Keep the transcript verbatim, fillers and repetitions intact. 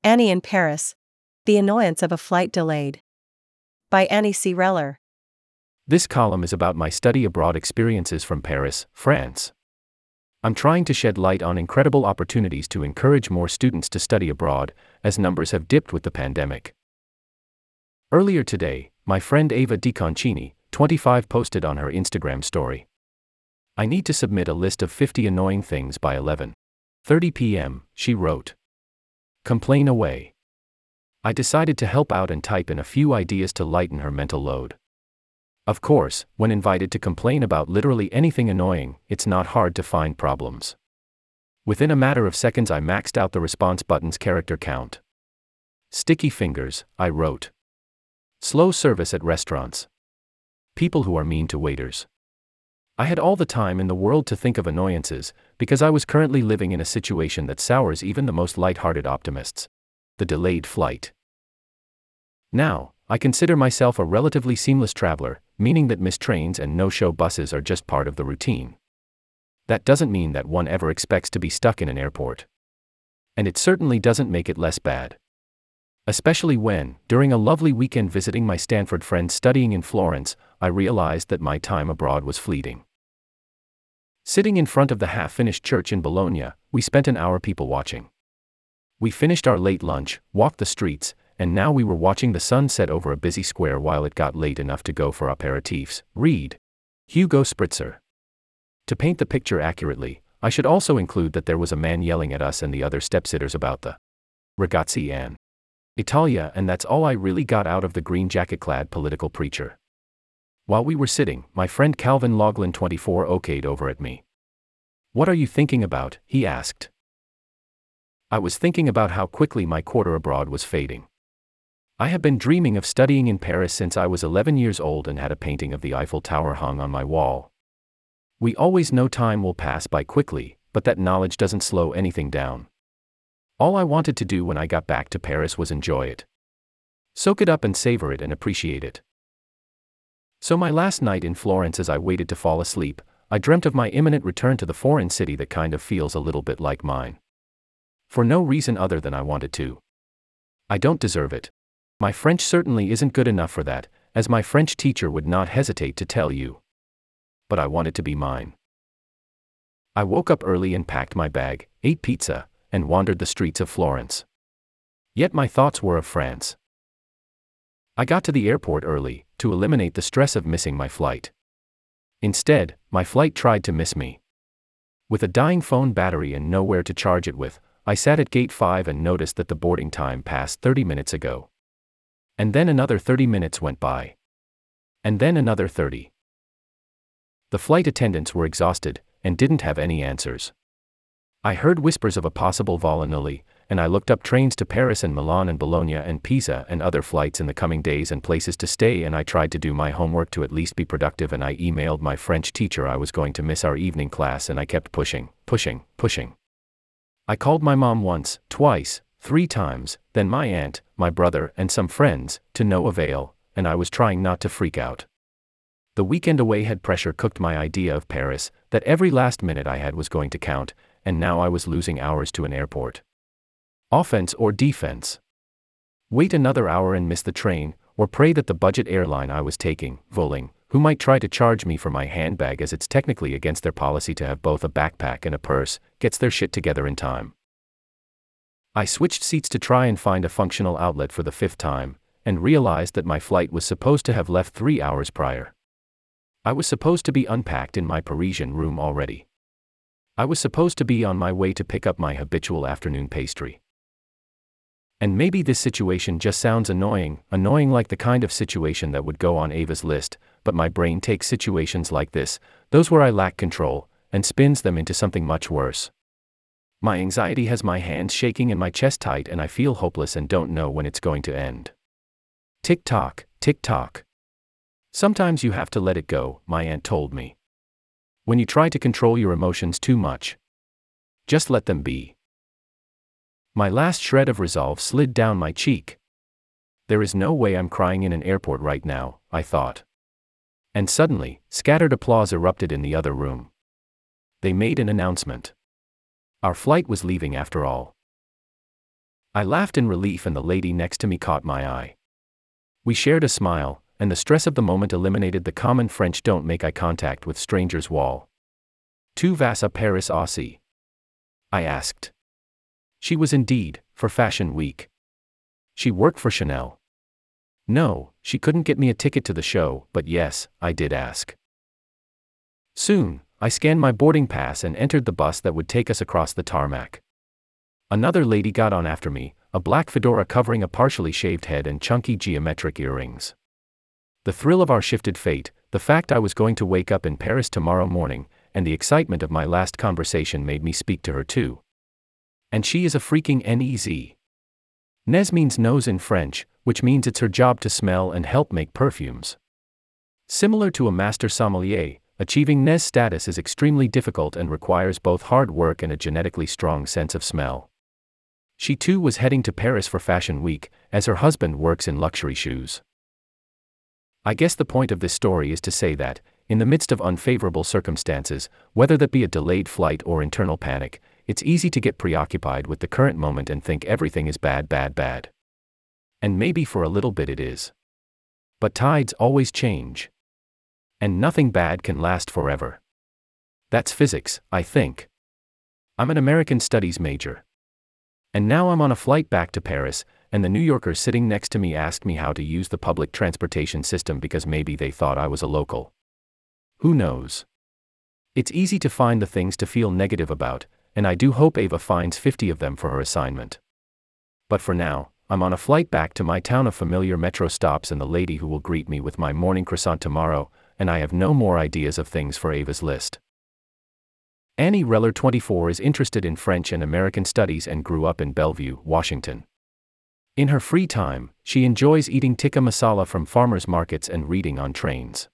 Annie in Paris. The annoyance of a flight delayed. By Annie C. Reller. This column is about my study abroad experiences from Paris, France. I'm trying to shed light on incredible opportunities to encourage more students to study abroad, as numbers have dipped with the pandemic. Earlier today, my friend Ava DiConcini, twenty-five, posted on her Instagram story. I need to submit a list of fifty annoying things by eleven thirty p m, she wrote. Complain away. I decided to help out and type in a few ideas to lighten her mental load. Of course, when invited to complain about literally anything annoying, it's not hard to find problems. Within a matter of seconds I maxed out the response button's character count. Sticky fingers, I wrote. Slow service at restaurants. People who are mean to waiters. I had all the time in the world to think of annoyances, because I was currently living in a situation that sours even the most light-hearted optimists. The delayed flight. Now, I consider myself a relatively seamless traveler, meaning that missed trains and no-show buses are just part of the routine. That doesn't mean that one ever expects to be stuck in an airport. And it certainly doesn't make it less bad. Especially when, during a lovely weekend visiting my Stanford friends studying in Florence, I realized that my time abroad was fleeting. Sitting in front of the half-finished church in Bologna, we spent an hour people-watching. We finished our late lunch, walked the streets, and now we were watching the sun set over a busy square while it got late enough to go for aperitifs. Read. Hugo Spritzer. To paint the picture accurately, I should also include that there was a man yelling at us and the other step-sitters about the ragazzi in Italia, and that's all I really got out of the green jacket-clad political preacher. While we were sitting, my friend Calvin Loughlin twenty-four okayed over at me. What are you thinking about? He asked. I was thinking about how quickly my quarter abroad was fading. I have been dreaming of studying in Paris since I was eleven years old and had a painting of the Eiffel Tower hung on my wall. We always know time will pass by quickly, but that knowledge doesn't slow anything down. All I wanted to do when I got back to Paris was enjoy it. Soak it up and savor it and appreciate it. So my last night in Florence, as I waited to fall asleep, I dreamt of my imminent return to the foreign city that kind of feels a little bit like mine. For no reason other than I wanted to. I don't deserve it. My French certainly isn't good enough for that, as my French teacher would not hesitate to tell you. But I want it to be mine. I woke up early and packed my bag, ate pizza, and wandered the streets of Florence. Yet my thoughts were of France. I got to the airport early, to eliminate the stress of missing my flight. Instead, my flight tried to miss me. With a dying phone battery and nowhere to charge it with, I sat at gate five and noticed that the boarding time passed thirty minutes ago. And then another thirty minutes went by. And then another thirty. The flight attendants were exhausted, and didn't have any answers. I heard whispers of a possible vol annulé, and I looked up trains to Paris and Milan and Bologna and Pisa and other flights in the coming days and places to stay, and I tried to do my homework to at least be productive, and I emailed my French teacher I was going to miss our evening class, and I kept pushing, pushing, pushing. I called my mom once, twice, three times, then my aunt, my brother, and some friends, to no avail, and I was trying not to freak out. The weekend away had pressure cooked my idea of Paris, that every last minute I had was going to count, and now I was losing hours to an airport. Offense or defense? Wait another hour and miss the train, or pray that the budget airline I was taking, Vueling, who might try to charge me for my handbag as it's technically against their policy to have both a backpack and a purse, gets their shit together in time. I switched seats to try and find a functional outlet for the fifth time, and realized that my flight was supposed to have left three hours prior. I was supposed to be unpacked in my Parisian room already. I was supposed to be on my way to pick up my habitual afternoon pastry. And maybe this situation just sounds annoying, annoying like the kind of situation that would go on Ava's list, but my brain takes situations like this, those where I lack control, and spins them into something much worse. My anxiety has my hands shaking and my chest tight, and I feel hopeless and don't know when it's going to end. Tick-tock, tick-tock. Sometimes you have to let it go, my aunt told me. When you try to control your emotions too much, just let them be. My last shred of resolve slid down my cheek. There is no way I'm crying in an airport right now, I thought. And suddenly, scattered applause erupted in the other room. They made an announcement. Our flight was leaving after all. I laughed in relief and the lady next to me caught my eye. We shared a smile, and the stress of the moment eliminated the common French don't make eye contact with strangers wall. Tu vas à Paris aussi? I asked. She was indeed, for Fashion Week. She worked for Chanel. No, she couldn't get me a ticket to the show, but yes, I did ask. Soon, I scanned my boarding pass and entered the bus that would take us across the tarmac. Another lady got on after me, a black fedora covering a partially shaved head and chunky geometric earrings. The thrill of our shifted fate, the fact I was going to wake up in Paris tomorrow morning, and the excitement of my last conversation made me speak to her too. And she is a freaking N E Z. Nez means nose in French, which means it's her job to smell and help make perfumes. Similar to a master sommelier, achieving Nez status is extremely difficult and requires both hard work and a genetically strong sense of smell. She too was heading to Paris for Fashion Week, as her husband works in luxury shoes. I guess the point of this story is to say that, in the midst of unfavorable circumstances, whether that be a delayed flight or internal panic, it's easy to get preoccupied with the current moment and think everything is bad, bad, bad. And maybe for a little bit it is. But tides always change. And nothing bad can last forever. That's physics, I think. I'm an American Studies major. And now I'm on a flight back to Paris, and the New Yorkers sitting next to me asked me how to use the public transportation system because maybe they thought I was a local. Who knows? It's easy to find the things to feel negative about, and I do hope Ava finds fifty of them for her assignment. But for now, I'm on a flight back to my town of familiar metro stops and the lady who will greet me with my morning croissant tomorrow, and I have no more ideas of things for Ava's list. Annie Reller, twenty-four, is interested in French and American studies and grew up in Bellevue, Washington. In her free time, she enjoys eating tikka masala from farmers markets and reading on trains.